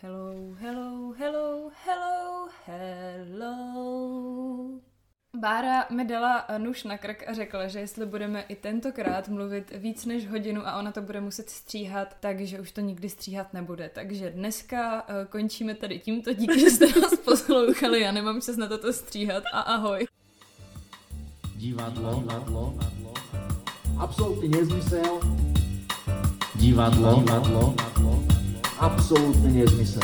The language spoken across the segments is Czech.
Hello, hello, hello, hello, hello. Bára mi dala nůž na krk a řekla, že jestli budeme i tentokrát mluvit víc než hodinu a ona to bude muset stříhat, takže už to nikdy stříhat nebude. Takže dneska končíme tady tímto. Díky, že jste nás poslouchali. Já nemám čas na toto stříhat a ahoj. Divadlo. Absolutný nezmysel. Divadlo. Absolutný nezmysel.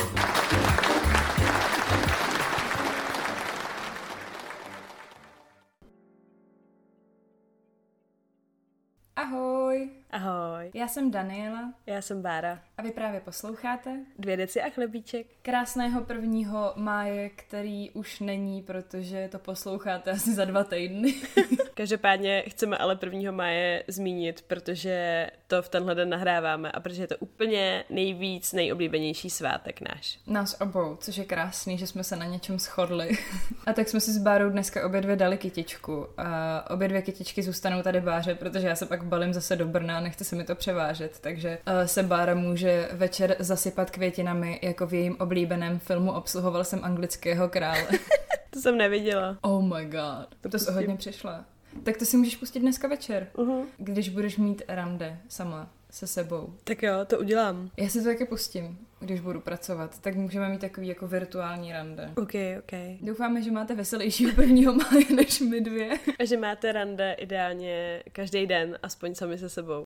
Ahoj. Ahoj. Já jsem Daniela. Já jsem Bára. A vy právě posloucháte 2 deci a chlebíček. krásného 1. máje, který už není, protože to posloucháte asi za 2 týdny. Každopádně chceme ale 1. máje zmínit, protože to v tenhle den nahráváme a protože je to úplně nejoblíbenější svátek náš. Nás obou, což je krásný, že jsme se na něčem shodli. A tak jsme si s Bárou dneska obě dvě dali kytičku. A obě 2 kytičky zůstanou tady Báře, protože já se pak balím zase do Brna a nechce se mi to převážet, takže se Bára může večer zasypat květinami, jako v jejím oblíbeném filmu Obsluhoval jsem anglického krále. To jsem neviděla. Oh my god. To jsi hodně přišla. Tak to si můžeš pustit dneska večer, když budeš mít rande sama se sebou. Tak jo, to udělám. Já si to taky pustím, když budu pracovat, tak můžeme mít takový jako virtuální rande. Ok. Doufáme, že máte veselějšího 1. máje než my 2. A že máte rande ideálně každý den, aspoň sami se sebou.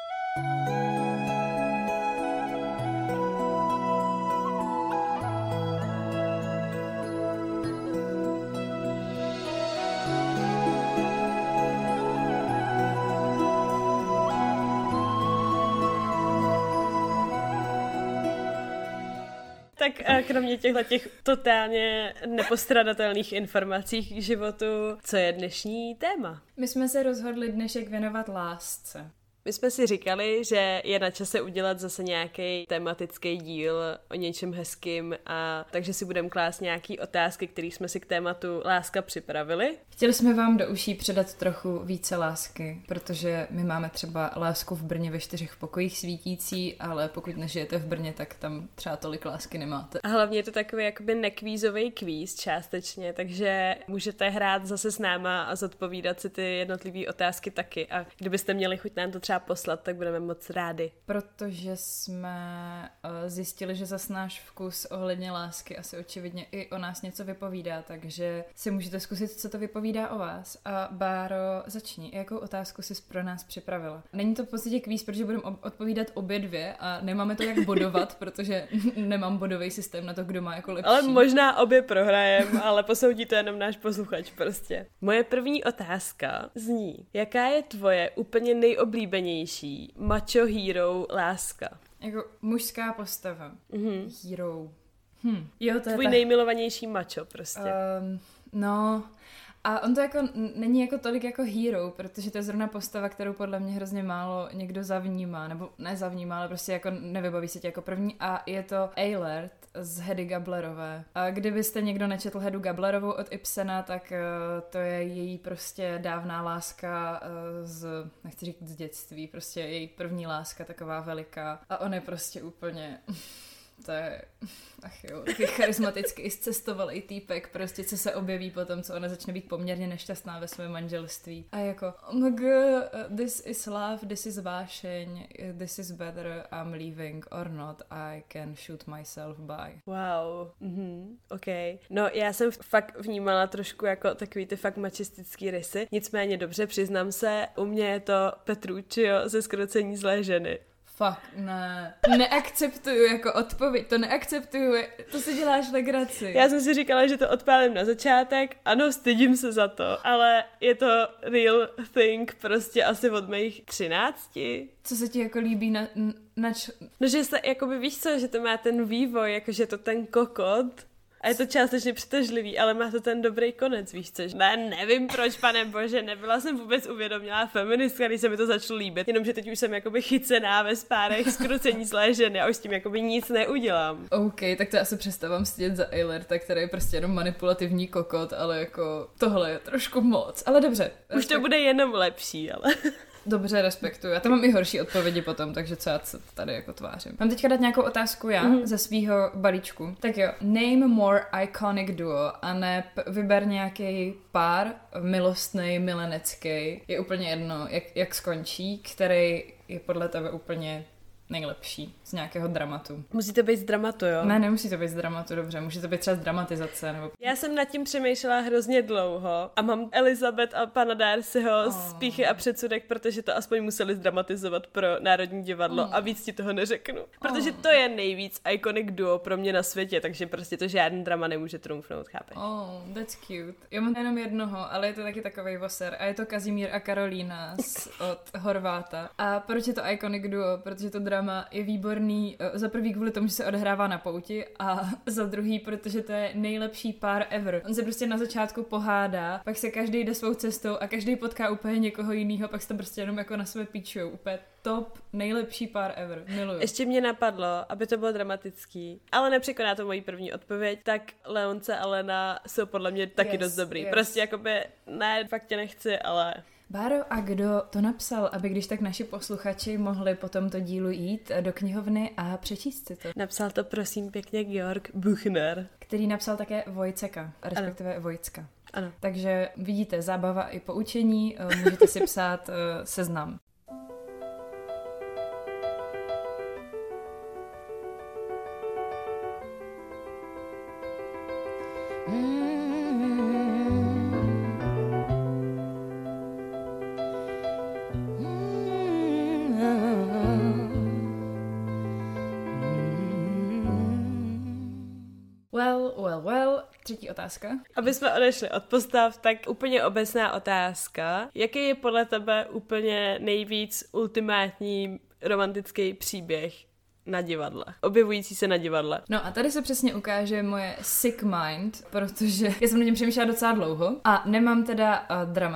Tak kromě těch totálně nepostradatelných informací k životu, co je dnešní téma? My jsme se rozhodli dnešek věnovat lásce. My jsme si říkali, že je na čase udělat zase nějaký tematický díl o něčem hezkým, a takže si budeme klást nějaký otázky, které jsme si k tématu láska připravili. Chtěli jsme vám do uší předat trochu více lásky, protože my máme třeba lásku v Brně ve 4 pokojích svítící, ale pokud nežijete v Brně, tak tam třeba tolik lásky nemáte. A hlavně je to takový jakoby nekvízový kvíz částečně, takže můžete hrát zase s náma a zodpovídat si ty jednotlivé otázky taky. A kdybyste měli chuť nám to třeba poslat, tak budeme moc rádi. Protože jsme zjistili, že zas náš vkus ohledně lásky asi očividně i o nás něco vypovídá, takže si můžete zkusit, co to vypovídá o vás. A Báro, začni. Jakou otázku jsi pro nás připravila? Není to v podstatě kvíz, protože budeme odpovídat obě 2 a nemáme to jak bodovat, protože nemám bodový systém na to, kdo má jako lepší. Ale možná obě prohrajem, ale posoudí to jenom náš posluchač prostě. Moje první otázka zní, jaká je tvoje úplně nejoblíbenější macho hero láska? Jako mužská postava. Hero. Jo, to je tvůj nejmilovanější macho prostě. No, a on to jako není jako tolik jako hero, protože to je zrovna postava, kterou podle mě hrozně málo někdo zavnímá, nebo nezavnímá, ale prostě jako nevybaví se tě jako první, a je to Eilert z Hedy Gablerové. A kdybyste někdo nečetl Hedu Gablerovou od Ibsena, tak to je její prostě dávná láska nechci říct z dětství, prostě její první láska taková veliká, a on je prostě úplně... To je, ach jo, takový charismatický i zcestovalý týpek, prostě co se objeví potom, co ona začne být poměrně nešťastná ve svém manželství. A jako, oh my god, this is love, this is vášeň, this is better, I'm leaving or not, I can shoot myself by. Wow, ok. No já jsem fakt vnímala trošku jako takový ty fakt mačistický rysy, nicméně dobře, přiznám se, u mě je to Petruccio ze Zkrocení zlé ženy. Fakt, ne. Neakceptuju jako odpověď, to neakceptuju, to si děláš legraci. Já jsem si říkala, že to odpálím na začátek, ano, stydím se za to, ale je to real thing prostě asi od mých 13. Co se ti jako líbí No, že se, jakoby víš co, že to má ten vývoj, jakože to ten kokot, a je to částečně přitažlivý, ale má to ten dobrý konec, víš co? Ne, nevím proč, pane bože, nebyla jsem vůbec uvědomělá feministka, když se mi to začalo líbit, jenomže teď už jsem jakoby chycená ve spárech Zkrocení zlé ženy a už s tím jakoby nic neudělám. OK, tak to já se přestávám stydět za Eilerta, který je prostě jenom manipulativní kokot, ale jako tohle je trošku moc, ale dobře. Už to bude jenom lepší, ale... Dobře, respektuju. Já tam mám i horší odpovědi potom, takže co já se tady jako tvářím. Mám teďka dát nějakou otázku já ze svýho balíčku. Tak jo, name more iconic duo a ne vyber nějaký pár milostnej, milenecký. Je úplně jedno, jak skončí, který je podle tebe úplně nejlepší z nějakého dramatu. Musí to být z dramatu, jo? Ne, nemusí to být z dramatu, dobře. Může to být třeba z dramatizace, nebo... Já jsem nad tím přemýšlela hrozně dlouho a mám Elizabeth a pana Darcyho z Pýchy a předsudek, protože to aspoň museli zdramatizovat pro Národní divadlo a víc ti toho neřeknu. Protože to je nejvíc iconic duo pro mě na světě, takže prostě to žádný drama nemůže trumfnout, chápeš? Oh, that's cute. Já mám jenom jednoho, ale je to taky takovej voser a je to Kazimír a Karolína od Horváta. A proč je to iconic duo? Protože to drama je výborný, za prvý kvůli tomu, že se odehrává na pouti a za druhý, protože to je nejlepší pár ever. On se prostě na začátku pohádá, pak se každý jde svou cestou a každý potká úplně někoho jiného, pak se to prostě jenom jako na sebe píčujou. Úplně top, nejlepší pár ever. Miluju. Ještě mě napadlo, aby to bylo dramatický, ale nepřekoná to moji první odpověď, tak Leonce a Lena jsou podle mě taky dost dobrý. Prostě jakoby, ne, fakt tě nechci, ale... Báro, a kdo to napsal, aby když tak naši posluchači mohli po tomto dílu jít do knihovny a přečíst si to? Napsal to prosím pěkně Georg Buchner. Který napsal také Vojceka, respektive ano. Vojcka. Ano. Takže vidíte, zábava i poučení, můžete si psát seznam. Well, třetí otázka. Aby jsme odešli od postav, tak úplně obecná otázka. Jaký je podle tebe úplně nejvíc ultimátní romantický příběh na divadle? Objevující se na divadle. No a tady se přesně ukáže moje sick mind, protože já jsem na něm přemýšlela docela dlouho a nemám teda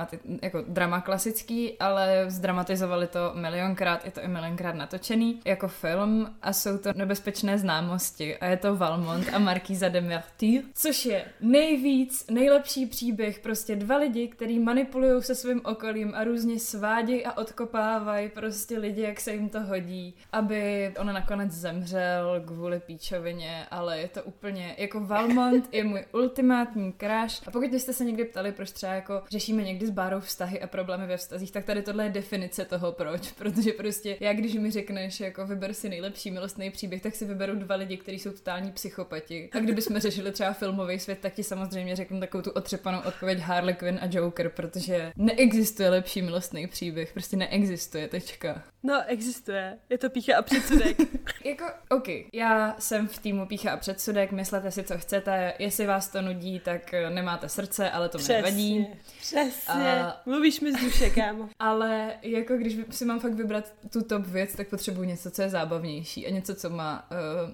drama klasický, ale zdramatizovali to milionkrát, je to i milionkrát natočený jako film a jsou to Nebezpečné známosti a je to Valmont a Markýza de Merteuil, což je nejlepší příběh, prostě dva lidi, který manipulují se svým okolím a různě svádějí a odkopávají prostě lidi, jak se jim to hodí, aby ona nakonec zemřel kvůli píčovině, ale je to úplně, jako Valmont je můj ultimátní crush. A pokud byste se někdy ptali, proč třeba jako řešíme někdy s Bárou vztahy a problémy ve vztazích, tak tady tohle je definice toho proč, protože prostě já, když mi řekneš, jako vyber si nejlepší milostný příběh, tak si vyberu dva lidi, kteří jsou totální psychopati. A kdybychom řešili třeba filmový svět, tak ti samozřejmě řeknu takovou tu otřepanou odpověď Harley Quinn a Joker, protože neexistuje lepší milostný příběh, prostě neexistuje, tečka. No, existuje. Je to Pýcha a předsudek. Jako, OK, já jsem v týmu Pýcha a předsudek, myslete si, co chcete, jestli vás to nudí, tak nemáte srdce, ale to mi nevadí. Přesně, mluvíš mi z duše, kámo. Ale jako když si mám fakt vybrat tu top věc, tak potřebuji něco, co je zábavnější a něco, co má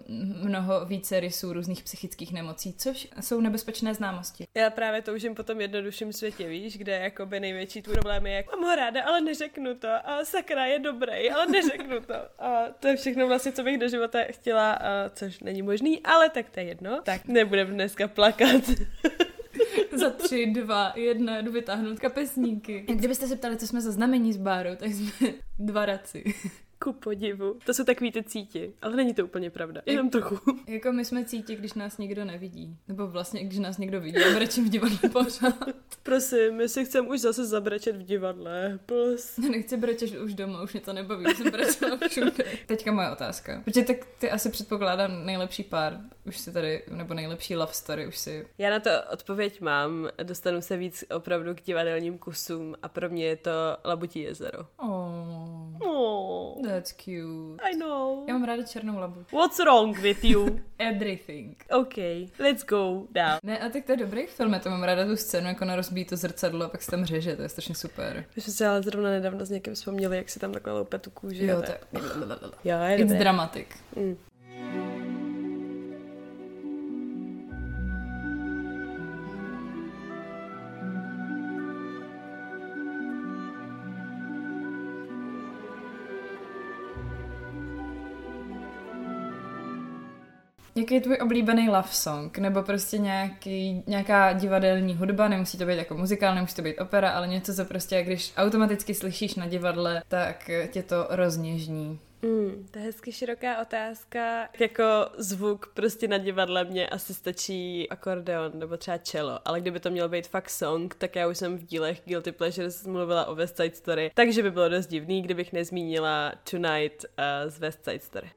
mnoho více rysů různých psychických nemocí, což jsou Nebezpečné známosti. Já právě toužím po tom jednodušším světě, víš, kde jakoby největší tvůj problém je, jak mám ho ráda, ale neřeknu to a sakra je dobrý, ale neřeknu to. A to je všechno vlastně, co bych do života chtěla, což není možný, ale tak to je jedno. Tak nebudem dneska plakat. Za 3, 2, 1 jdu vytáhnout kapesníky. Kdybyste se ptali, co jsme za znamení s Bárou, tak jsme 2 raci. Ku podivu. To jsou takový ty cíti, ale není to úplně pravda. Jenom trochu. Jako my jsme cíti, když nás nikdo nevidí. Nebo vlastně, když nás někdo vidí. Já brečím v divadle pořád. Prosím, jestli chcem už zase zabrečet v divadle. Nechci brečet už doma, už mě to nebaví, už jsem brečela všude. Teďka moje otázka. Protože tak ty asi předpokládám nejlepší pár. Už si tady, nebo nejlepší love story, už si... Já na to odpověď mám. Dostanu se víc opravdu k divadelním kusům a pro mě je to Labutí jezero. That's cute. I know. Já mám ráda černou labu. What's wrong with you? Everything. Okay, let's go down. Ne, a tak to je dobrý film, já to mám ráda tu scénu, jako na rozbíjí to zrcadlo a pak se tam řeže, to je strašně super. My jsme si ale zrovna nedávno s někým vzpomněli, jak si tam takhle loupe tu kůži. Jo, to je it's dramatic. Jaký je tvůj oblíbený love song? Nebo prostě nějaká divadelní hudba, nemusí to být jako muzikál, nemusí to být opera, ale něco, co prostě, když automaticky slyšíš na divadle, tak tě to rozněžní. To je hezky široká otázka. Jako zvuk prostě na divadle mě asi stačí akordeon nebo třeba cello, ale kdyby to měl být fakt song, tak já už jsem v dílech Guilty Pleasures mluvila o West Side Story, takže by bylo dost divný, kdybych nezmínila Tonight z West Side Story.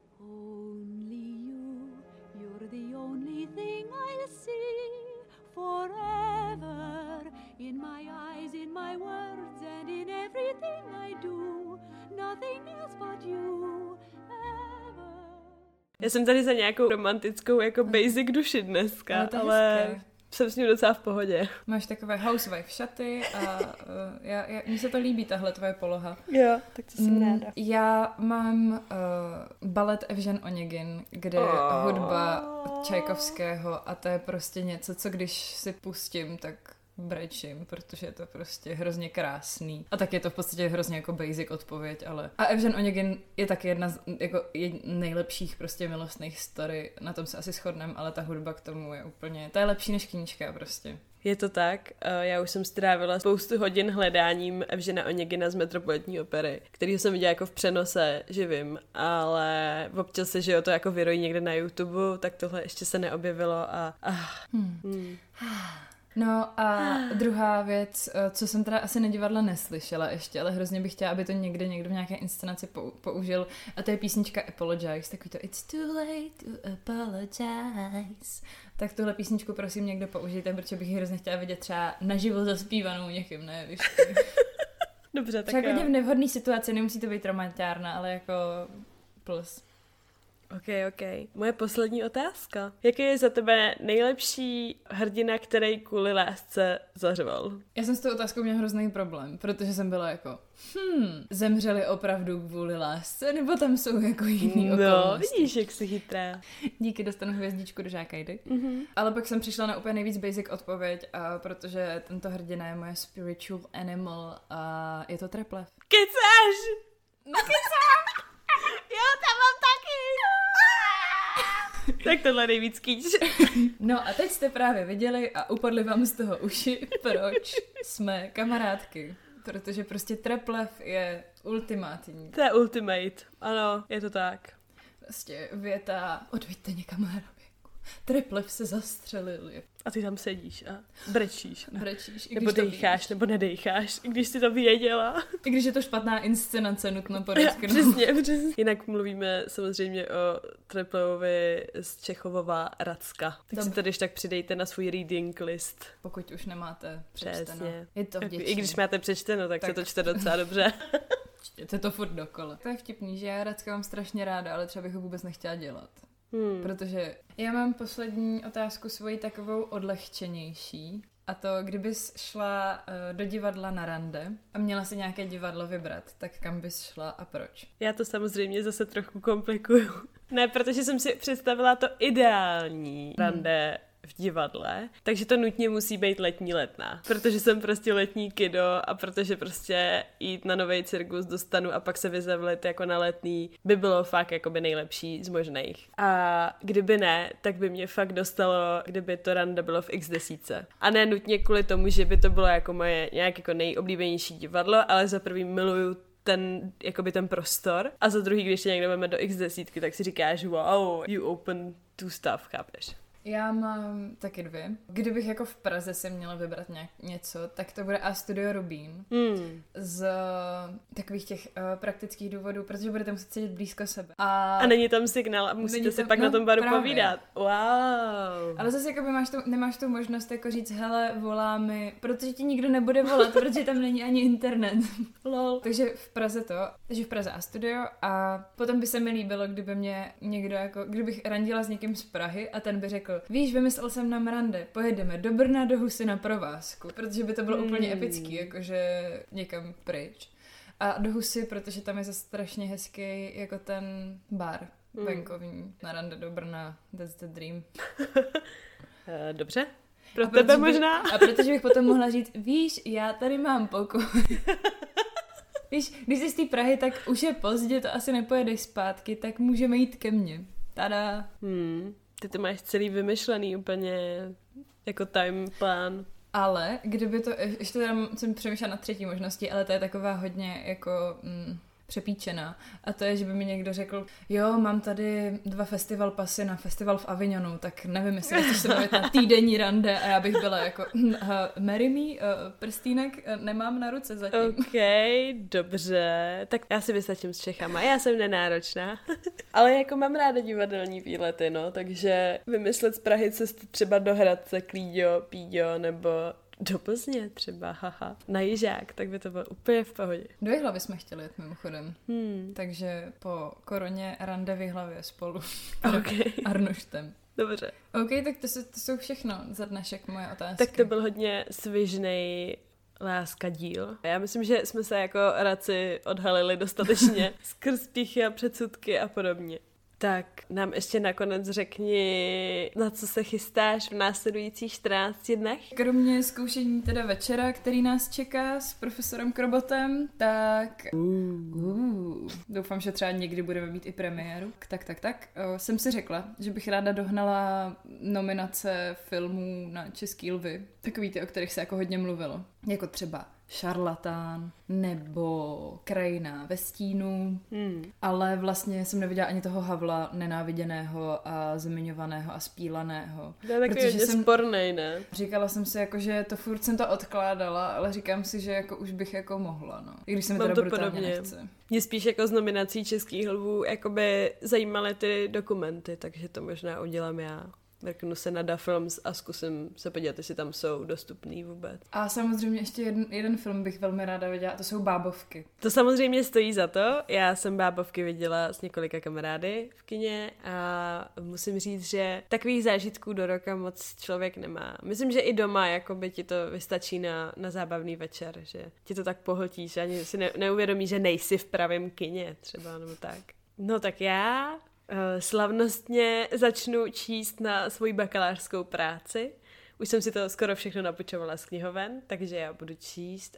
Já jsem tady za nějakou romantickou jako basic duši dneska, ale jsem s ním docela v pohodě. Máš takové housewife šaty a mně se to líbí, tahle tvoje poloha. Jo, tak to jsem ráda. Já mám balet Evžen Onegin, kde je hudba Čajkovského a to je prostě něco, co když si pustím, tak brečím, protože je to prostě hrozně krásný. A tak je to v podstatě hrozně jako basic odpověď, ale... A Evžen Onegin je taky jedna z jako nejlepších prostě milostných story, na tom se asi shodneme, ale ta hudba k tomu je úplně... To je lepší než knížka prostě. Je to tak. Já už jsem strávila spoustu hodin hledáním Evžena Onegina z Metropolitní opery, kterýho jsem viděla jako v přenose živým, ale občas se, že jo, to jako vyrojí někde na YouTube, tak tohle ještě se neobjevilo a... No a druhá věc, co jsem teda asi na divadle neslyšela ještě, ale hrozně bych chtěla, aby to někdo v nějaké inscenaci použil, a to je písnička Apologize, takový to It's too late to apologize. Tak tuhle písničku prosím někdo použijte, protože bych ji hrozně chtěla vidět třeba naživo zaspívanou někým, ne, víš. Dobře, tak třeba klidně v nevhodné situaci, nemusí to být romantárna, ale jako plus. Ok. Moje poslední otázka. Jaký je za tebe nejlepší hrdina, který kvůli lásce zařval? Já jsem s tou otázkou měla hrozný problém, protože jsem byla jako zemřeli opravdu kvůli lásce, nebo tam jsou jako jiný okolnosti? No, vidíš, jak jsi chytrá. Díky, dostanu hvězdičku do žákajdy. Ale pak jsem přišla na úplně nejvíc basic odpověď, a protože tento hrdina je moje spiritual animal a je to Treplev. Kecáš! No kecáš! Jo, tam mám taky! Tak tohle nejvíc kýč. No a teď jste právě viděli a upadly vám z toho uši, proč jsme kamarádky. Protože prostě Treplev je ultimátní. To je ultimate, ano, je to tak. Prostě věta, odveďte někam hravěku. Treplev se zastřelil. A ty tam sedíš a brečíš. Nebo dejcháš, nebo nedejcháš, i když jsi to věděla. I když je to špatná inscenace, nutno podotknout. Přesně. Jinak mluvíme samozřejmě o Treplevovi z Čechovova Racka. Tak si to když tak přidejte na svůj reading list. Pokud už nemáte přečteno. Přesně. Je to vděčný. I když máte přečteno, tak se to čte docela dobře. Čtěte to furt dokola. To je vtipný, že já Racka mám strašně ráda, ale třeba bych ho vůbec nechtěla dělat. Protože já mám poslední otázku svoji takovou odlehčenější. A to, kdybys šla do divadla na rande a měla si nějaké divadlo vybrat, tak kam bys šla a proč? Já to samozřejmě zase trochu komplikuju. Ne, protože jsem si představila to ideální rande v divadle, takže to nutně musí být letní Letná. Protože jsem prostě letní kido a protože prostě jít na nový cirkus dostanu a pak se vyzavlit jako na Letný by bylo fakt jakoby nejlepší z možných. A kdyby ne, tak by mě fakt dostalo, kdyby to rande bylo v X10. A ne nutně kvůli tomu, že by to bylo jako moje nějak jako nejoblíbenější divadlo, ale za prvý miluju ten prostor a za druhý, když tě někdo veme do X10, tak si říkáš wow, you open to stuff, chápeš? Já mám taky dvě. Kdybych jako v Praze si měla vybrat něco, tak to bude A Studio Rubín. Z takových těch praktických důvodů, protože budete muset sedět blízko sebe. A není tam signál a musíte si pak na tom baru povídat. Wow. Ale zase jako nemáš tu možnost jako říct, hele, volá mi, protože ti nikdo nebude volat, protože tam není ani internet. Lol. Takže v Praze A Studio a potom by se mi líbilo, kdyby mě někdo jako, kdybych randila s někým z Prahy a ten by řekl, víš, vymyslel jsem nám rande, pojedeme do Brna do Husy na provázku, protože by to bylo úplně epický, jakože někam pryč. A do Husy, protože tam je zase strašně hezký jako ten bar venkovní na rande do Brna, that's the dream. Dobře. Pro tebe možná. A protože bych potom mohla říct, víš, já tady mám pokoj. Víš, když jsi z té Prahy, tak už je pozdě, to asi nepojedeš zpátky, tak můžeme jít ke mně. Tada. Ty to máš celý vymyšlený úplně jako time plán. Ale kdyby to, ještě teda jsem přemýšlela na třetí možnosti, ale to je taková hodně jako přepíčená. A to je, že by mi někdo řekl, jo, mám tady 2 festival pasy na festival v Avignonu, tak nevím, jestli chceš se bavit na týdenní rande a já bych byla jako, marry me, prstýnek nemám na ruce zatím. OK, dobře, tak já si vystačím s Čechama, já jsem nenáročná. Ale jako mám ráda divadelní výlety, no, takže vymyslet z Prahy cestu třeba do Hradce, Klíďo, Píďo, nebo do Plzně třeba, haha, na Jižák, tak by to bylo úplně v pohodě. Do Jihlavy jsme chtěli jet mimochodem. Takže po koroně rande v Jihlavě spolu. Okay. Arnoštem. Dobře. OK, tak to jsou všechno za dnešek moje otázky. Tak to byl hodně svižnej láska díl. Já myslím, že jsme se jako radci odhalili dostatečně skrz píchy a předsudky a podobně. Tak nám ještě nakonec řekni, na co se chystáš v následujících 14 dnech? Kromě zkoušení teda večera, který nás čeká s profesorem Krobotem, tak doufám, že třeba někdy budeme mít i premiéru. Tak. Jsem si řekla, že bych ráda dohnala nominace filmů na Český lvy. Takový ty, o kterých se jako hodně mluvilo. Jako třeba Šarlatán nebo Krajina ve stínu, ale vlastně jsem neviděla ani toho Havla nenáviděného a zmiňovaného a spílaného. To je taky hodně spornej, ne? Říkala jsem si jako, že to furt jsem to odkládala, ale říkám si, že jako už bych jako mohla, no. I když se mi teda brutálně nechce. Mě spíš jako z nominací Českých lvů jakoby zajímaly ty dokumenty, takže to možná udělám já. Mrknu se na Da Films a zkusím se podívat, jestli tam jsou dostupný vůbec. A samozřejmě ještě jeden film bych velmi ráda viděla, to jsou Bábovky. To samozřejmě stojí za to. Já jsem Bábovky viděla s několika kamarády v kině a musím říct, že takových zážitků do roka moc člověk nemá. Myslím, že i doma jakoby ti to vystačí na zábavný večer, že ti to tak pohltíš, ani si neuvědomíš, že nejsi v pravém kině třeba, nebo tak. No tak já slavnostně začnu číst na svoji bakalářskou práci. Už jsem si to skoro všechno napůjčovala z knihoven, takže já budu číst.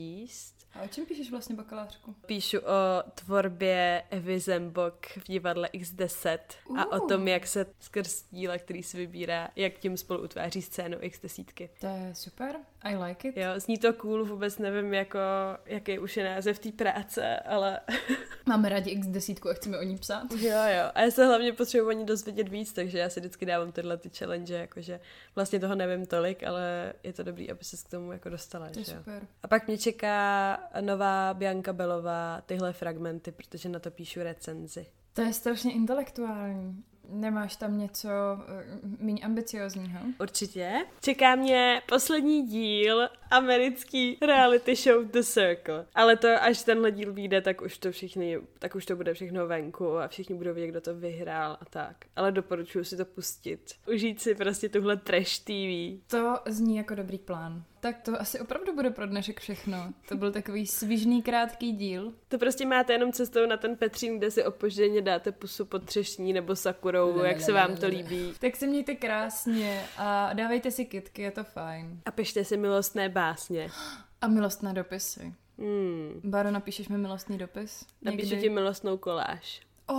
A o čem píšeš vlastně bakalářku? Píšu o tvorbě Evy Zembok v divadle X10 a o tom, jak se skrz díla, který si vybírá, jak tím spolu utváří scénu X10. To je super, I like it. Jo, zní to cool, vůbec nevím, jako, jaký už je název té práce, ale... Máme rádi X10 a chceme o ní psát. Jo, a já se hlavně potřebuji o ní dozvědět víc, takže já si vždycky dávám tyhle ty challenge, jakože vlastně toho nevím tolik, ale je to dobrý, aby ses k tomu jako dostala. To je super. A pak mě čeká nová Bianca Belová, tyhle fragmenty, protože na to píšu recenzi. To je strašně intelektuální. Nemáš tam něco méně ambiciozního? Určitě. Čeká mě poslední díl americký reality show The Circle. Ale to, až tenhle díl vyjde, tak už to bude všechno venku a všichni budou vědět, kdo to vyhrál a tak. Ale doporučuji si to pustit. Užít si prostě tuhle trash TV. To zní jako dobrý plán. Tak to asi opravdu bude pro dnešek všechno. To byl takový svižný krátký díl. To prostě máte jenom cestou na ten Petřín, kde si opožděně dáte pusu pod třešní nebo sakurou, jak se vám to líbí. Tak se mějte krásně a dávejte si kytky, je to fajn. A pište si milostné básně. A milostné dopisy. Báro, napíšeš mi milostný dopis? Napíšu ti milostnou koláž.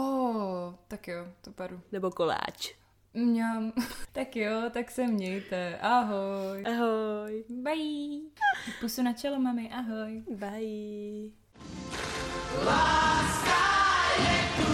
Tak jo, to paru. Nebo koláč. Mňam. Tak jo, tak se mějte. Ahoj. Ahoj. Bye. Pusu na čelo, mami. Ahoj. Bye. Láska je tu.